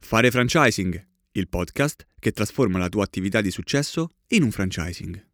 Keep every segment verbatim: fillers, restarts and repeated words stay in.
Fare franchising, il podcast che trasforma la tua attività di successo in un franchising.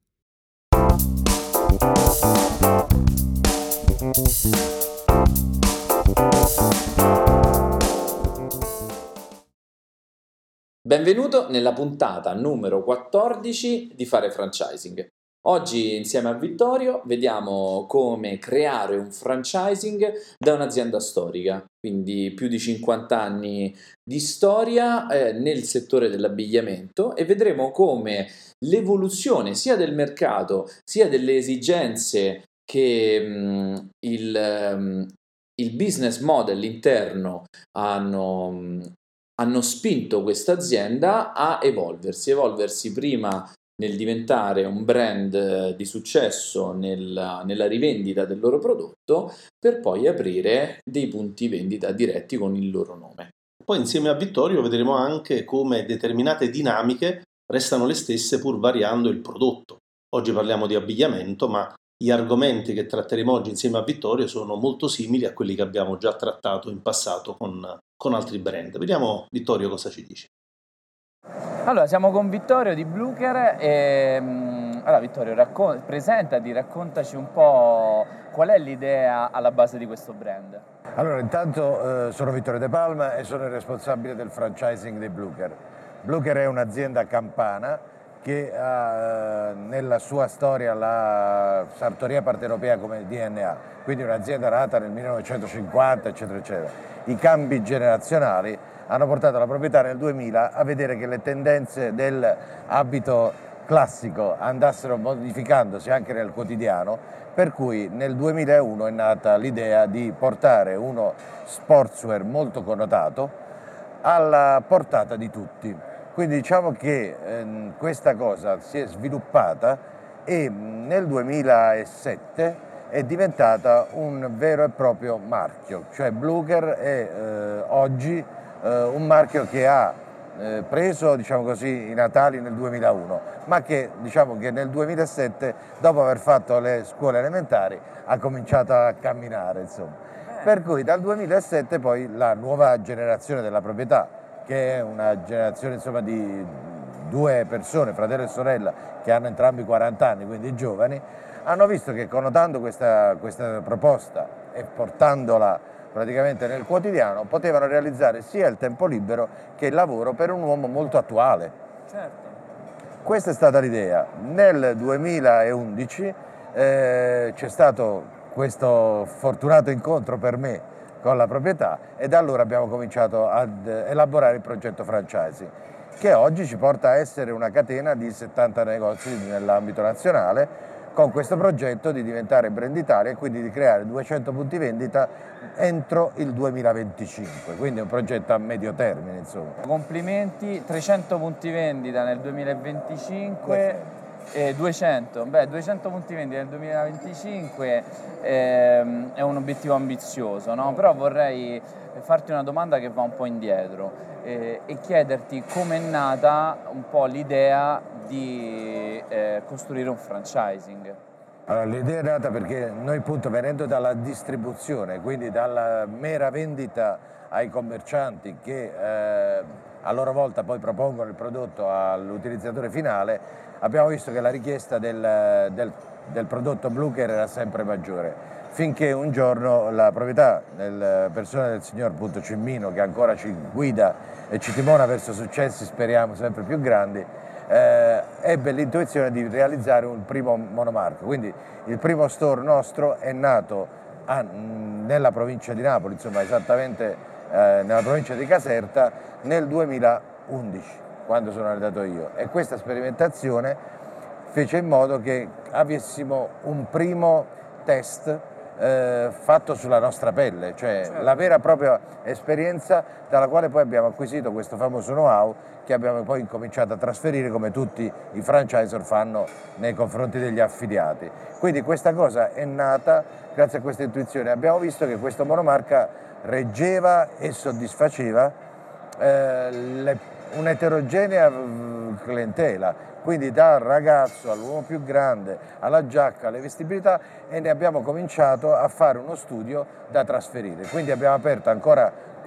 Benvenuto nella puntata numero quattordici di Fare franchising. Oggi insieme a Vittorio vediamo come creare un franchising da un'azienda storica, quindi più di cinquanta anni di storia eh, nel settore dell'abbigliamento, e vedremo come l'evoluzione sia del mercato sia delle esigenze che mh, il, mh, il business model interno hanno, mh, hanno spinto questa azienda a evolversi, evolversi prima nel diventare un brand di successo nella, nella rivendita del loro prodotto, per poi aprire dei punti vendita diretti con il loro nome. Poi insieme a Vittorio vedremo anche come determinate dinamiche restano le stesse pur variando il prodotto. Oggi parliamo di abbigliamento, ma gli argomenti che tratteremo oggi insieme a Vittorio sono molto simili a quelli che abbiamo già trattato in passato con, con altri brand. Vediamo Vittorio cosa ci dice. Allora, siamo con Vittorio di Blucher e allora Vittorio, raccon- presentati, raccontaci un po' qual è l'idea alla base di questo brand. Allora, intanto eh, sono Vittorio De Palma e sono il responsabile del franchising di Blucher. Blucher è un'azienda campana che ha eh, nella sua storia la sartoria partenopea come D N A, quindi un'azienda nata nel millenovecentocinquanta, eccetera, eccetera. I cambi generazionali hanno portato la proprietà nel duemila a vedere che le tendenze dell'abito classico andassero modificandosi anche nel quotidiano, per cui nel duemilauno è nata l'idea di portare uno sportswear molto connotato alla portata di tutti. Quindi diciamo che eh, questa cosa si è sviluppata e nel duemilasette è diventata un vero e proprio marchio, cioè Blucher è eh, oggi eh, un marchio che ha eh, preso, diciamo così, i natali nel duemilauno, ma che diciamo che nel duemilasette, dopo aver fatto le scuole elementari, ha cominciato a camminare, insomma. Per cui dal duemilasette poi la nuova generazione della proprietà, che è una generazione insomma di due persone, fratello e sorella, che hanno entrambi quaranta anni, quindi giovani, hanno visto che connotando questa, questa proposta e portandola praticamente nel quotidiano potevano realizzare sia il tempo libero che il lavoro per un uomo molto attuale. Certo. Questa è stata l'idea. Nel duemilaundici eh, c'è stato questo fortunato incontro per me con la proprietà e da allora abbiamo cominciato ad elaborare il progetto franchising, che oggi ci porta a essere una catena di settanta negozi nell'ambito nazionale, con questo progetto di diventare Brand Italia e quindi di creare duecento punti vendita entro il duemilaventicinque, quindi è un progetto a medio termine, insomma. Complimenti, trecento punti vendita nel duemilaventicinque. Eh, duecento, beh, duecento punti vendita nel duemilaventicinque ehm, è un obiettivo ambizioso, no? Però vorrei farti una domanda che va un po' indietro eh, e chiederti com'è nata un po' l'idea di eh, costruire un franchising. Allora, l'idea è nata perché noi, appunto, venendo dalla distribuzione, quindi dalla mera vendita ai commercianti che eh, a loro volta poi propongono il prodotto all'utilizzatore finale, abbiamo visto che la richiesta del, del, del prodotto Blucher era sempre maggiore, finché un giorno la proprietà, nella persona del signor appunto Cimmino, che ancora ci guida e ci timona verso successi, speriamo, sempre più grandi, eh, ebbe l'intuizione di realizzare un primo monomarco. Quindi il primo store nostro è nato a, nella provincia di Napoli, insomma esattamente eh, nella provincia di Caserta, nel duemilaundici, quando sono andato io, e questa sperimentazione fece in modo che avessimo un primo test eh, fatto sulla nostra pelle, cioè certo, la vera e propria esperienza dalla quale poi abbiamo acquisito questo famoso know-how che abbiamo poi incominciato a trasferire come tutti i franchisor fanno nei confronti degli affiliati. Quindi questa cosa è nata grazie a questa intuizione. Abbiamo visto che questo monomarca reggeva e soddisfaceva eh, le, un'eterogenea clientela, quindi dal ragazzo all'uomo più grande, alla giacca, alle vestibilità, e ne abbiamo cominciato a fare uno studio da trasferire. Quindi abbiamo aperto ancora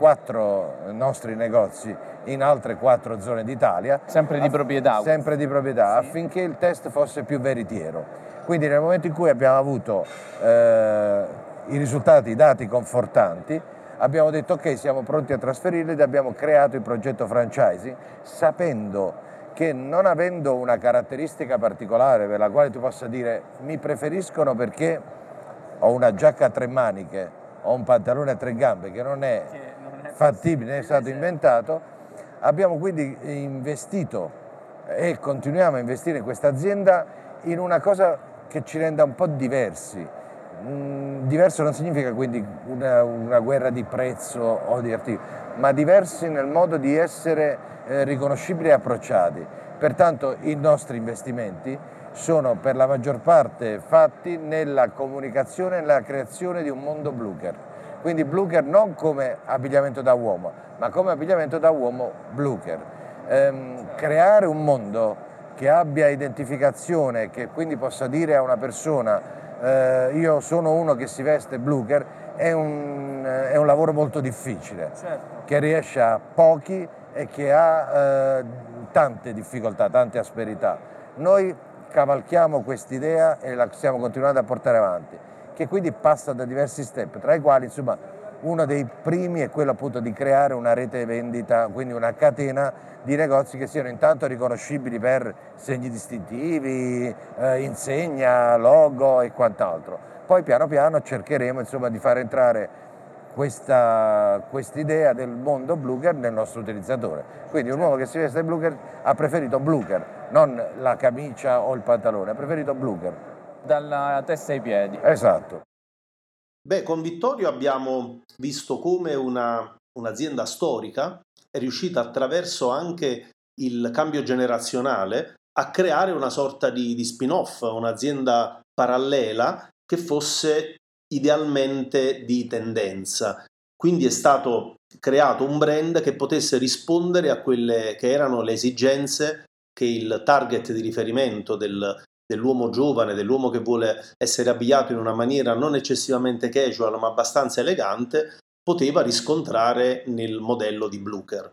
quattro nostri negozi in altre quattro zone d'Italia. Sempre di proprietà. Sempre di proprietà, sì. affinché il test fosse più veritiero. Quindi nel momento in cui abbiamo avuto eh, i risultati, i dati confortanti, abbiamo detto ok, siamo pronti a trasferirli ed abbiamo creato il progetto franchising, sapendo che non avendo una caratteristica particolare per la quale tu possa dire mi preferiscono perché ho una giacca a tre maniche, ho un pantalone a tre gambe che non è, che non è fattibile, non è stato inventato, abbiamo quindi investito e continuiamo a investire in questa azienda in una cosa che ci renda un po' diversi. Mm, diverso non significa quindi una, una guerra di prezzo o di articoli, ma diversi nel modo di essere eh, riconoscibili e approcciati. Pertanto i nostri investimenti sono per la maggior parte fatti nella comunicazione e nella creazione di un mondo Blucher. Quindi Blucher non come abbigliamento da uomo, ma come abbigliamento da uomo Blucher. Ehm, creare un mondo che abbia identificazione, che quindi possa dire a una persona eh, io sono uno che si veste Blucher, è un, è un lavoro molto difficile, certo. Che riesce a pochi e che ha eh, tante difficoltà, tante asperità. Noi cavalchiamo quest'idea e la stiamo continuando a portare avanti, che quindi passa da diversi step, tra i quali insomma uno dei primi è quello appunto di creare una rete vendita, quindi una catena di negozi che siano intanto riconoscibili per segni distintivi, eh, insegna, logo e quant'altro. Poi piano piano cercheremo insomma di far entrare questa idea del mondo Blucher nel nostro utilizzatore. Quindi un uomo che si veste Blucher ha preferito Blucher, non la camicia o il pantalone, ha preferito Blucher. Dalla testa ai piedi. Esatto. Beh, con Vittorio abbiamo visto come una, un'azienda storica è riuscita attraverso anche il cambio generazionale a creare una sorta di, di spin-off, un'azienda parallela che fosse idealmente di tendenza. Quindi è stato creato un brand che potesse rispondere a quelle che erano le esigenze che il target di riferimento del, dell'uomo giovane, dell'uomo che vuole essere abbigliato in una maniera non eccessivamente casual ma abbastanza elegante, poteva riscontrare nel modello di Blucher.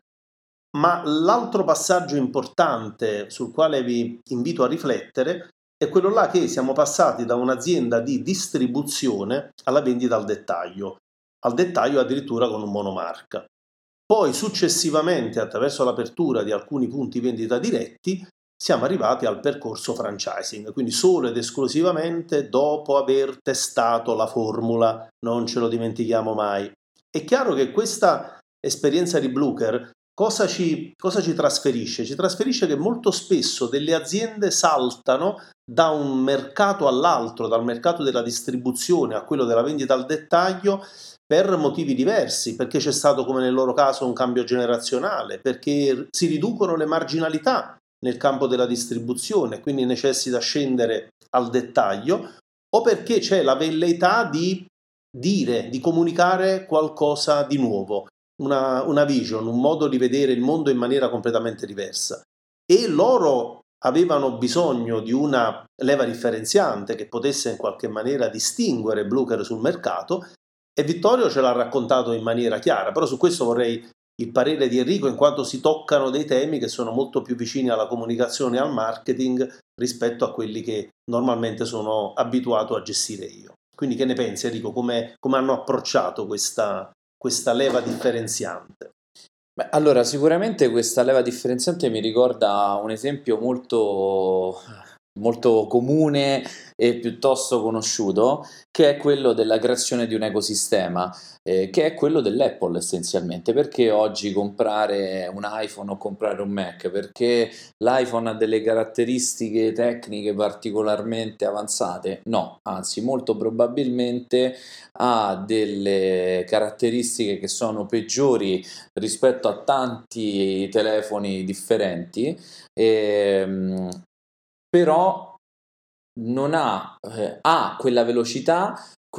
Ma l'altro passaggio importante sul quale vi invito a riflettere è quello là che siamo passati da un'azienda di distribuzione alla vendita al dettaglio, al dettaglio addirittura con un monomarca. Poi successivamente, attraverso l'apertura di alcuni punti vendita diretti, siamo arrivati al percorso franchising, quindi solo ed esclusivamente dopo aver testato la formula, non ce lo dimentichiamo mai. È chiaro che questa esperienza di Blucher cosa ci, cosa ci trasferisce? Ci trasferisce che molto spesso delle aziende saltano da un mercato all'altro, dal mercato della distribuzione a quello della vendita al dettaglio, per motivi diversi, perché c'è stato come nel loro caso un cambio generazionale, perché si riducono le marginalità nel campo della distribuzione, quindi necessita scendere al dettaglio, o perché c'è la velleità di dire, di comunicare qualcosa di nuovo, una, una vision, un modo di vedere il mondo in maniera completamente diversa. E loro avevano bisogno di una leva differenziante che potesse in qualche maniera distinguere Blucher sul mercato, e Vittorio ce l'ha raccontato in maniera chiara, però su questo vorrei il parere di Enrico, in quanto si toccano dei temi che sono molto più vicini alla comunicazione e al marketing rispetto a quelli che normalmente sono abituato a gestire io. Quindi che ne pensi, Enrico? Come, come hanno approcciato questa, questa leva differenziante? Beh, allora, sicuramente questa leva differenziante mi ricorda un esempio molto, molto comune e piuttosto conosciuto, che è quello della creazione di un ecosistema, eh, che è quello dell'Apple essenzialmente. Perché oggi comprare un iPhone o comprare un Mac? Perché l'iPhone ha delle caratteristiche tecniche particolarmente avanzate? No, anzi, molto probabilmente ha delle caratteristiche che sono peggiori rispetto a tanti telefoni differenti, ehm, però non ha, eh, ha quella velocità,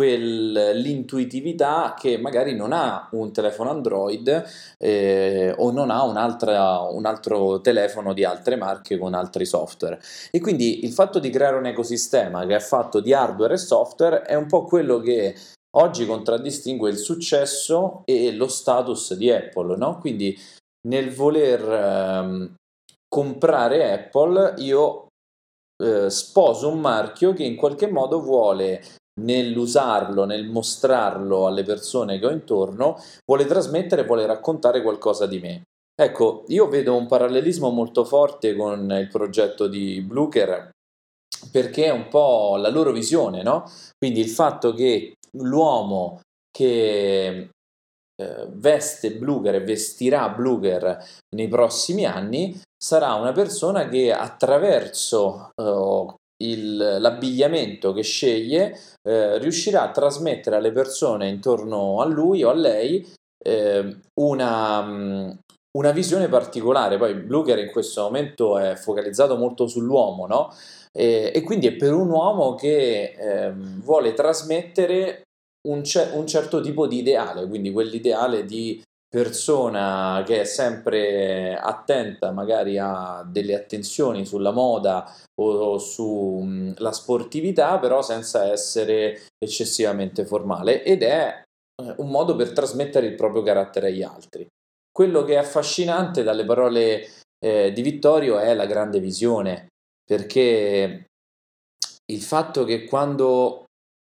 quell'intuitività che magari non ha un telefono Android eh, o non ha un'altra, un altro telefono di altre marche con altri software. E quindi il fatto di creare un ecosistema che è fatto di hardware e software è un po' quello che oggi contraddistingue il successo e lo status di Apple, no? Quindi nel voler ehm, comprare Apple io eh, sposo un marchio che in qualche modo vuole, nell'usarlo, nel mostrarlo alle persone che ho intorno, vuole trasmettere, vuole raccontare qualcosa di me. Ecco, io vedo un parallelismo molto forte con il progetto di Blucher, perché è un po' la loro visione, no? Quindi il fatto che l'uomo che eh, veste Blucher e vestirà Blucher nei prossimi anni sarà una persona che attraverso eh, il, l'abbigliamento che sceglie eh, riuscirà a trasmettere alle persone intorno a lui o a lei eh, una, mh, una visione particolare. Poi Blucher in questo momento è focalizzato molto sull'uomo, no? E, e quindi è per un uomo che eh, vuole trasmettere un, ce- un certo tipo di ideale, quindi quell'ideale di persona che è sempre attenta magari a delle attenzioni sulla moda o sulla sportività, però senza essere eccessivamente formale, ed è eh, un modo per trasmettere il proprio carattere agli altri. Quello che è affascinante dalle parole eh, di Vittorio è la grande visione, perché il fatto che quando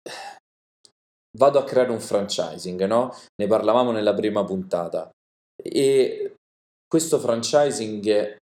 vado a creare un franchising, no? Ne parlavamo nella prima puntata, e questo franchising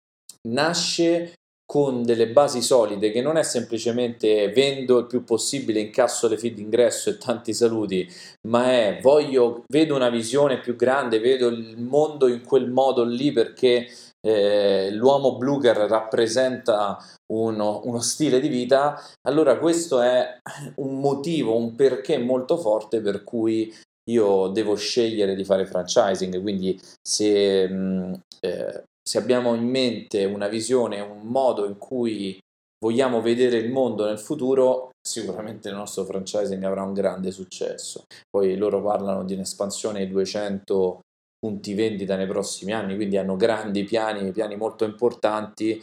nasce con delle basi solide, che non è semplicemente vendo il più possibile, incasso le fee d'ingresso e tanti saluti, ma è voglio, vedo una visione più grande, vedo il mondo in quel modo lì perché eh, l'uomo Blucher rappresenta uno, uno stile di vita. Allora questo è un motivo, un perché molto forte per cui io devo scegliere di fare franchising. Quindi se mh, eh, se abbiamo in mente una visione, un modo in cui vogliamo vedere il mondo nel futuro, sicuramente il nostro franchising avrà un grande successo. Poi loro parlano di un'espansione di duecento punti vendita nei prossimi anni, quindi hanno grandi piani, piani molto importanti,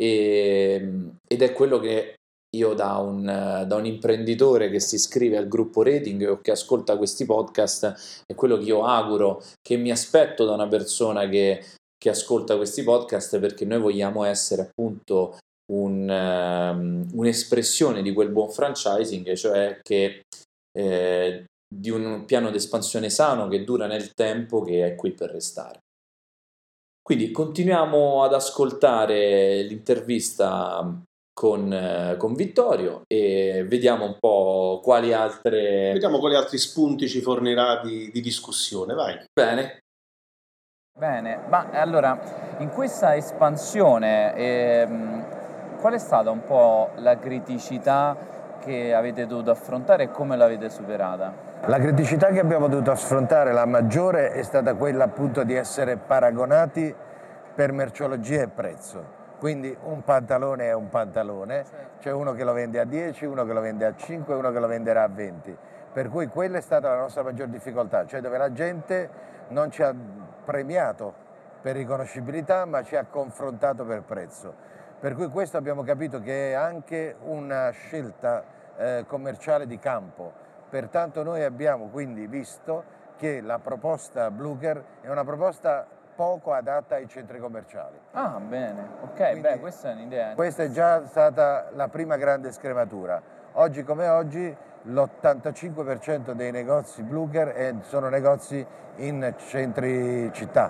e, ed è quello che io da un, da un imprenditore che si iscrive al gruppo Rating o che ascolta questi podcast, è quello che io auguro, che mi aspetto da una persona che che ascolta questi podcast, perché noi vogliamo essere appunto un, um, un'espressione di quel buon franchising, cioè che eh, di un piano di espansione sano che dura nel tempo, che è qui per restare. Quindi continuiamo ad ascoltare l'intervista con, eh, con Vittorio e vediamo un po' quali altre... Vediamo quali altri spunti ci fornirà di, di discussione, vai. Bene. Bene, ma allora, in questa espansione, ehm, qual è stata un po' la criticità che avete dovuto affrontare e come l'avete superata? La criticità che abbiamo dovuto affrontare, la maggiore, è stata quella appunto di essere paragonati per merceologia e prezzo. Quindi un pantalone è un pantalone, c'è uno che lo vende a dieci, uno che lo vende a cinque, uno che lo venderà a venti. Per cui quella è stata la nostra maggior difficoltà, cioè dove la gente non ci ha premiato per riconoscibilità, ma ci ha confrontato per prezzo. Per cui questo abbiamo capito che è anche una scelta eh, commerciale di campo. Pertanto noi abbiamo quindi visto che la proposta Blucher è una proposta poco adatta ai centri commerciali. Ah, bene, ok, Quindi, beh, questa è un'idea. Questa è già stata la prima grande scrematura. Oggi come oggi l'ottantacinque per cento dei negozi Blucher sono negozi in centri città.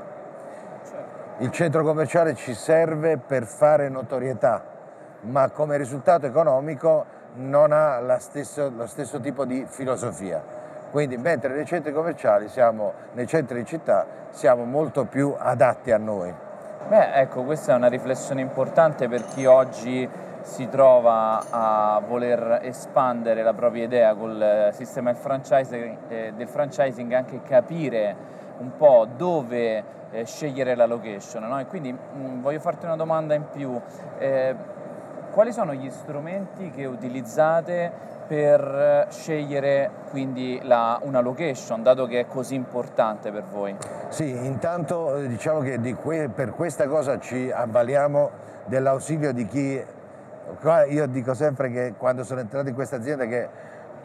Il centro commerciale ci serve per fare notorietà, ma come risultato economico non ha la stesso, lo stesso tipo di filosofia. Quindi mentre nei centri commerciali siamo, nei centri di città, siamo molto più adatti a noi. Beh, ecco, questa è una riflessione importante per chi oggi si trova a voler espandere la propria idea col sistema del franchising, eh, del franchising anche capire un po' dove eh, scegliere la location, no? E quindi mh, voglio farti una domanda in più. Eh, quali sono gli strumenti che utilizzate per scegliere quindi la, una location, dato che è così importante per voi? Sì, intanto diciamo che di que- per questa cosa ci avvaliamo dell'ausilio di chi... Io dico sempre che quando sono entrato in questa azienda che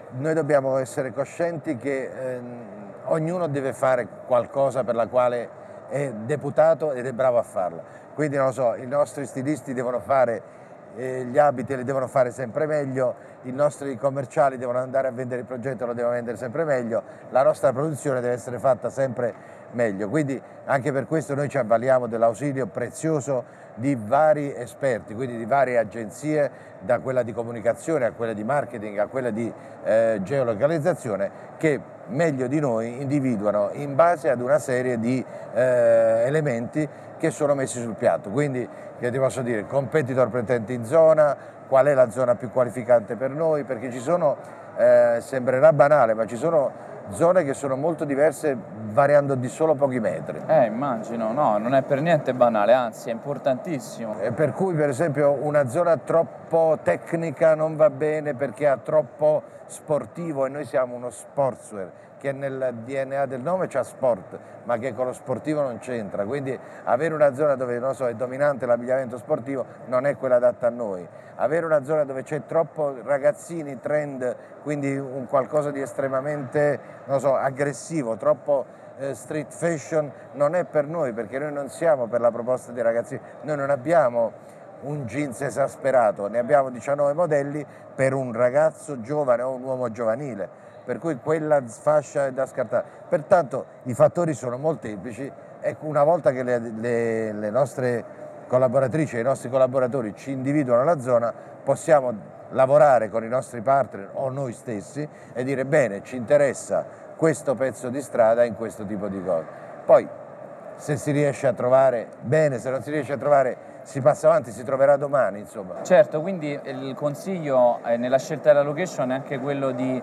noi dobbiamo essere coscienti che eh, ognuno deve fare qualcosa per la quale è deputato ed è bravo a farla. Quindi non lo so, i nostri stilisti devono fare eh, gli abiti, li devono fare sempre meglio, i nostri commerciali devono andare a vendere il progetto, lo devono vendere sempre meglio, la nostra produzione deve essere fatta sempre meglio. Quindi anche per questo noi ci avvaliamo dell'ausilio prezioso di vari esperti, quindi di varie agenzie, da quella di comunicazione a quella di marketing a quella di eh, geolocalizzazione, che meglio di noi individuano in base ad una serie di eh, elementi che sono messi sul piatto. Quindi che ti posso dire, competitor presenti in zona, qual è la zona più qualificante per noi, perché ci sono, eh, sembrerà banale, ma ci sono zone che sono molto diverse variando di solo pochi metri. Eh, immagino, no, non è per niente banale, anzi è importantissimo. E per cui per esempio una zona troppo tecnica non va bene perché ha troppo sportivo, e noi siamo uno sportswear, che nel D N A del nome c'ha sport, ma che con lo sportivo non c'entra, quindi avere una zona dove non so, è dominante l'abbigliamento sportivo non è quella adatta a noi. Avere una zona dove c'è troppo ragazzini, trend, quindi un qualcosa di estremamente non so, aggressivo, troppo eh, street fashion, non è per noi, perché noi non siamo per la proposta dei ragazzini, noi non abbiamo un jeans esasperato, ne abbiamo diciannove modelli per un ragazzo giovane o un uomo giovanile, per cui quella fascia è da scartare. Pertanto i fattori sono molteplici e una volta che le, le, le nostre collaboratrici e i nostri collaboratori ci individuano la zona, possiamo lavorare con i nostri partner o noi stessi e dire bene, ci interessa questo pezzo di strada in questo tipo di cose. Poi se si riesce a trovare bene, se non si riesce a trovare si passa avanti, si troverà domani, insomma. Certo, quindi il consiglio eh, nella scelta della location è anche quello di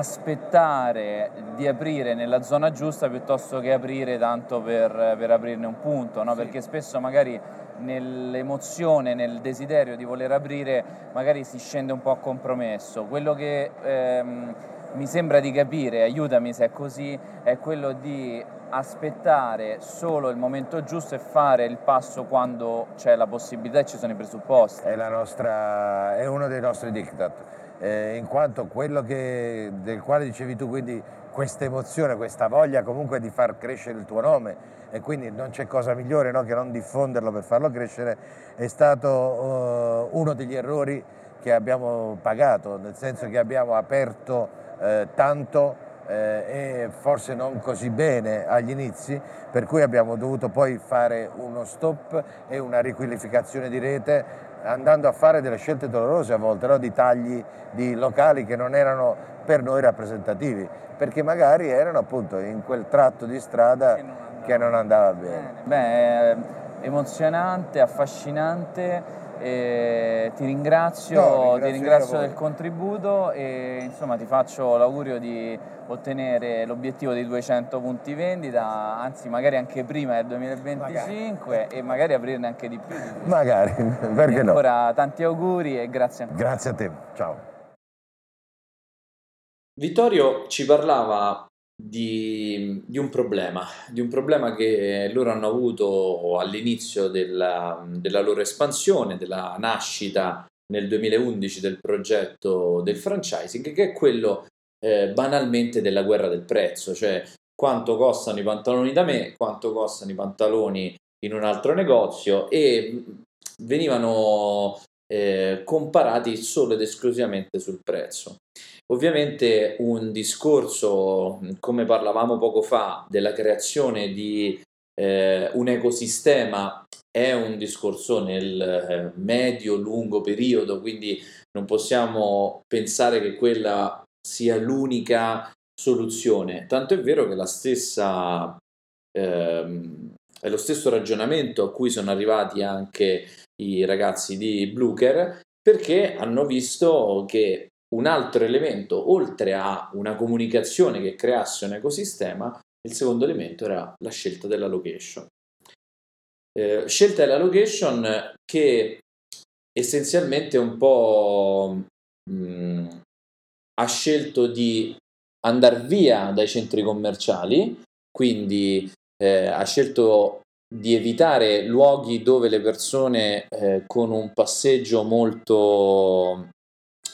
aspettare di aprire nella zona giusta piuttosto che aprire tanto per, per aprirne un punto, no? Sì. Perché spesso magari nell'emozione, nel desiderio di voler aprire, magari si scende un po' a compromesso. Quello che ehm, mi sembra di capire, aiutami se è così, è quello di aspettare solo il momento giusto e fare il passo quando c'è la possibilità e ci sono i presupposti. È, la nostra, è uno dei nostri diktat, eh, in quanto quello che, del quale dicevi tu, quindi questa emozione, questa voglia comunque di far crescere il tuo nome, e quindi non c'è cosa migliore, no, che non diffonderlo per farlo crescere, è stato uh, uno degli errori che abbiamo pagato, nel senso che abbiamo aperto eh, tanto eh, e forse non così bene agli inizi, per cui abbiamo dovuto poi fare uno stop e una riqualificazione di rete, andando a fare delle scelte dolorose a volte, no? Di tagli di locali che non erano per noi rappresentativi, perché magari erano appunto in quel tratto di strada che non andava, che non andava bene. Beh, è emozionante, affascinante. E ti ringrazio, no, ti ringrazio del contributo e insomma ti faccio l'augurio di ottenere l'obiettivo dei duecento punti vendita, anzi magari anche prima del duemilaventicinque, magari. E magari aprirne anche di più. Magari, perché no? Ancora tanti auguri e grazie ancora. Grazie a te, ciao. Vittorio ci parlava Di, di un problema, di un problema che loro hanno avuto all'inizio della, della loro espansione, della nascita nel duemilaundici del progetto del franchising, che è quello eh, banalmente della guerra del prezzo, cioè quanto costano i pantaloni da me, quanto costano i pantaloni in un altro negozio, e venivano eh, comparati solo ed esclusivamente sul prezzo. Ovviamente un discorso, come parlavamo poco fa, della creazione di eh, un ecosistema è un discorso nel eh, medio-lungo periodo, quindi non possiamo pensare che quella sia l'unica soluzione. Tanto è vero che la stessa, ehm, è lo stesso ragionamento a cui sono arrivati anche i ragazzi di Blucher, perché hanno visto che un altro elemento, oltre a una comunicazione che creasse un ecosistema, il secondo elemento era la scelta della location. Eh, scelta della location che essenzialmente un po' mh, ha scelto di andare via dai centri commerciali, quindi eh, ha scelto di evitare luoghi dove le persone eh, con un passeggio molto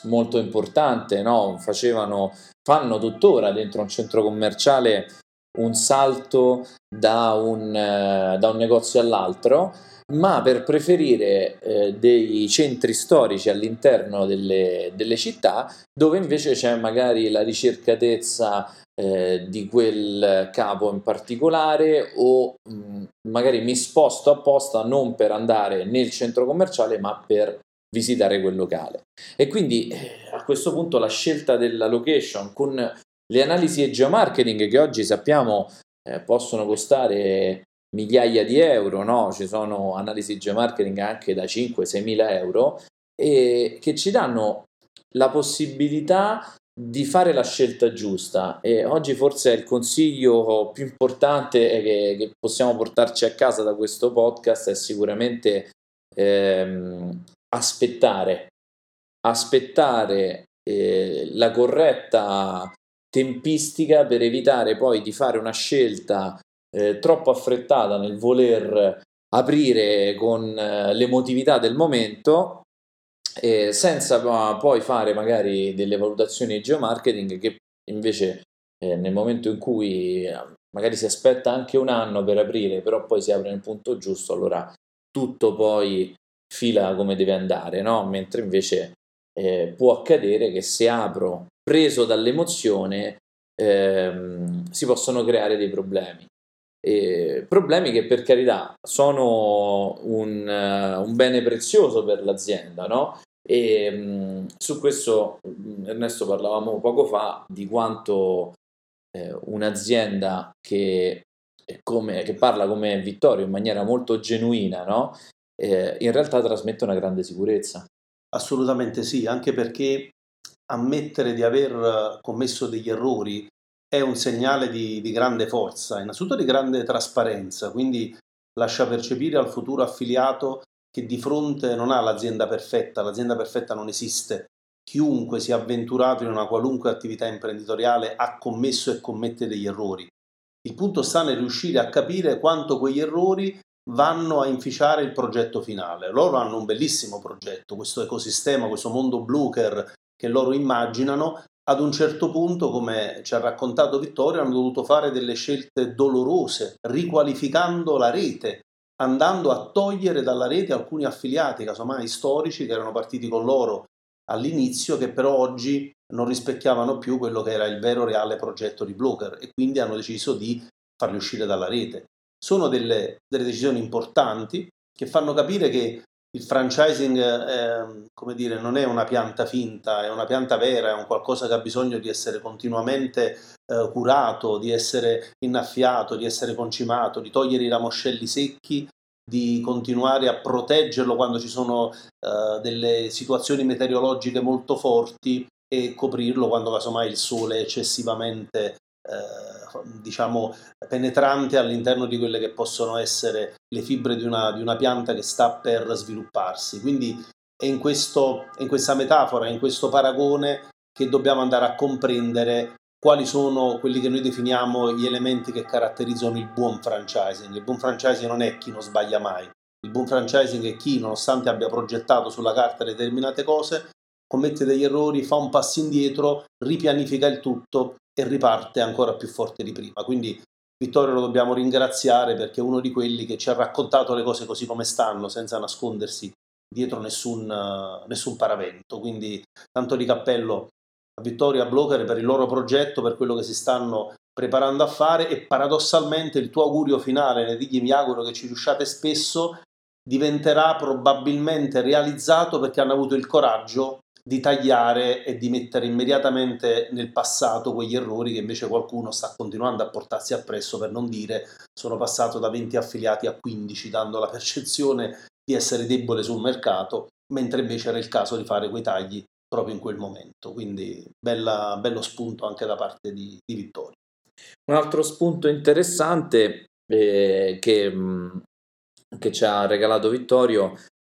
molto importante, no? Facevano, fanno tuttora dentro un centro commerciale un salto da un, eh, da un negozio all'altro, ma per preferire eh, dei centri storici all'interno delle, delle città, dove invece c'è magari la ricercatezza eh, di quel capo in particolare, o mh, magari mi sposto apposta non per andare nel centro commerciale, ma per visitare quel locale. E quindi eh, a questo punto la scelta della location con le analisi e geomarketing, che oggi sappiamo eh, possono costare migliaia di euro, no? Ci sono analisi geomarketing anche da cinque sei mila euro, e che ci danno la possibilità di fare la scelta giusta. E oggi forse è il consiglio più importante che, che possiamo portarci a casa da questo podcast, è sicuramente ehm, aspettare aspettare eh, la corretta tempistica, per evitare poi di fare una scelta eh, troppo affrettata nel voler aprire con eh, l'emotività del momento, eh, senza poi fare magari delle valutazioni di geomarketing che invece eh, nel momento in cui eh, magari si aspetta anche un anno per aprire, però poi si apre nel punto giusto, allora tutto poi fila come deve andare, no? Mentre invece eh, può accadere che se apro preso dall'emozione ehm, si possono creare dei problemi. Eh, problemi che per carità sono un, uh, un bene prezioso per l'azienda, no? E mh, su questo Ernesto parlavamo poco fa di quanto eh, un'azienda che, è come, che parla come Vittorio in maniera molto genuina, no? Eh, in realtà trasmette una grande sicurezza. Assolutamente sì, anche perché ammettere di aver commesso degli errori è un segnale di, di grande forza, innanzitutto di grande trasparenza, quindi lascia percepire al futuro affiliato che di fronte non ha l'azienda perfetta, l'azienda perfetta non esiste. Chiunque sia avventurato in una qualunque attività imprenditoriale ha commesso e commette degli errori. Il punto sta nel riuscire a capire quanto quegli errori vanno a inficiare il progetto finale. Loro hanno un bellissimo progetto, questo ecosistema, questo mondo Blucher che loro immaginano. Ad un certo punto, come ci ha raccontato Vittorio, hanno dovuto fare delle scelte dolorose, riqualificando la rete, andando a togliere dalla rete alcuni affiliati, casomai storici, che erano partiti con loro all'inizio, che però oggi non rispecchiavano più quello che era il vero reale progetto di Blucher, e quindi hanno deciso di farli uscire dalla rete. Sono delle, delle decisioni importanti che fanno capire che il franchising eh, come dire, non è una pianta finta, è una pianta vera, è un qualcosa che ha bisogno di essere continuamente eh, curato, di essere innaffiato, di essere concimato, di togliere i ramoscelli secchi, di continuare a proteggerlo quando ci sono eh, delle situazioni meteorologiche molto forti, e coprirlo quando casomai il sole è eccessivamente eh, diciamo penetrante all'interno di quelle che possono essere le fibre di una, di una pianta che sta per svilupparsi. Quindi è in, questo, è in questa metafora, in questo paragone, che dobbiamo andare a comprendere quali sono quelli che noi definiamo gli elementi che caratterizzano il buon franchising. Il buon franchising non è chi non sbaglia mai, il buon franchising è chi, nonostante abbia progettato sulla carta determinate cose, commette degli errori, fa un passo indietro, ripianifica il tutto e riparte ancora più forte di prima. Quindi Vittorio lo dobbiamo ringraziare, perché è uno di quelli che ci ha raccontato le cose così come stanno, senza nascondersi dietro nessun, uh, nessun paravento. Quindi tanto di cappello a Vittorio e a Blucher per il loro progetto, per quello che si stanno preparando a fare, e paradossalmente il tuo augurio finale, ne digli mi auguro che ci riusciate spesso, diventerà probabilmente realizzato perché hanno avuto il coraggio di tagliare e di mettere immediatamente nel passato quegli errori che invece qualcuno sta continuando a portarsi appresso, per non dire sono passato da venti affiliati a quindici, dando la percezione di essere debole sul mercato, mentre invece era il caso di fare quei tagli proprio in quel momento. Quindi bella, bello spunto anche da parte di, di Vittorio. Un altro spunto interessante eh, che, mh, che ci ha regalato Vittorio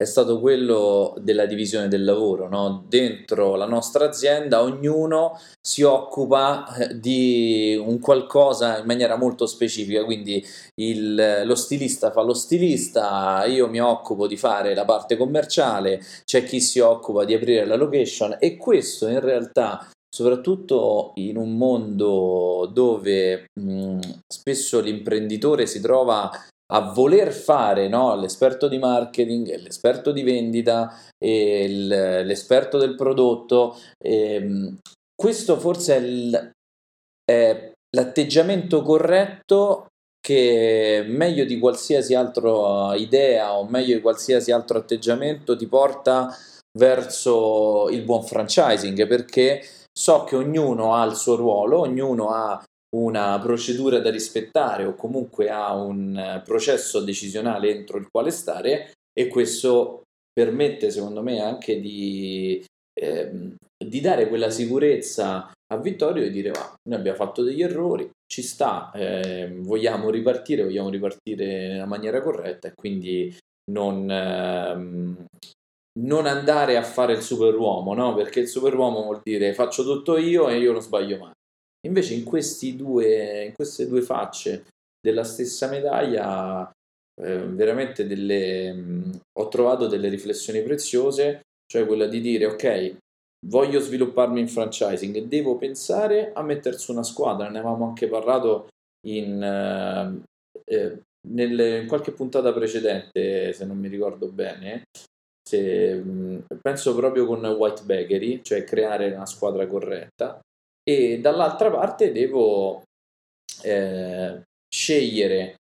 è stato quello della divisione del lavoro, no? Dentro la nostra azienda ognuno si occupa di un qualcosa in maniera molto specifica, quindi il, lo stilista fa lo stilista, io mi occupo di fare la parte commerciale, c'è chi si occupa di aprire la location, e questo in realtà, soprattutto in un mondo dove mh, spesso l'imprenditore si trova a voler fare, no, l'esperto di marketing, l'esperto di vendita, e il, l'esperto del prodotto, ehm, questo forse è, il, è l'atteggiamento corretto che meglio di qualsiasi altra idea o meglio di qualsiasi altro atteggiamento ti porta verso il buon franchising, perché so che ognuno ha il suo ruolo, ognuno ha una procedura da rispettare o comunque ha un processo decisionale entro il quale stare, e questo permette secondo me anche di, eh, di dare quella sicurezza a Vittorio e dire: ah, noi abbiamo fatto degli errori, ci sta, eh, vogliamo ripartire, vogliamo ripartire nella maniera corretta, e quindi non, ehm, non andare a fare il superuomo, no? Perché il superuomo vuol dire faccio tutto io e io non sbaglio mai. Invece in questi due, in queste due facce della stessa medaglia, eh, veramente delle, mh, ho trovato delle riflessioni preziose, cioè quella di dire: ok, voglio svilupparmi in franchising e devo pensare a mettere su una squadra. Ne avevamo anche parlato in, eh, eh, nelle, in qualche puntata precedente, se non mi ricordo bene. Se, mh, penso proprio con White Bakery, cioè creare una squadra corretta. E dall'altra parte devo eh, scegliere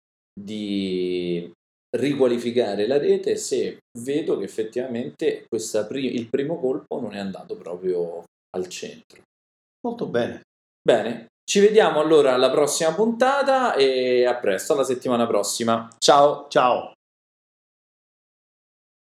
di riqualificare la rete se vedo che effettivamente questa pri- il primo colpo non è andato proprio al centro. Molto bene. Bene, ci vediamo allora alla prossima puntata e a presto, alla settimana prossima. Ciao! Ciao!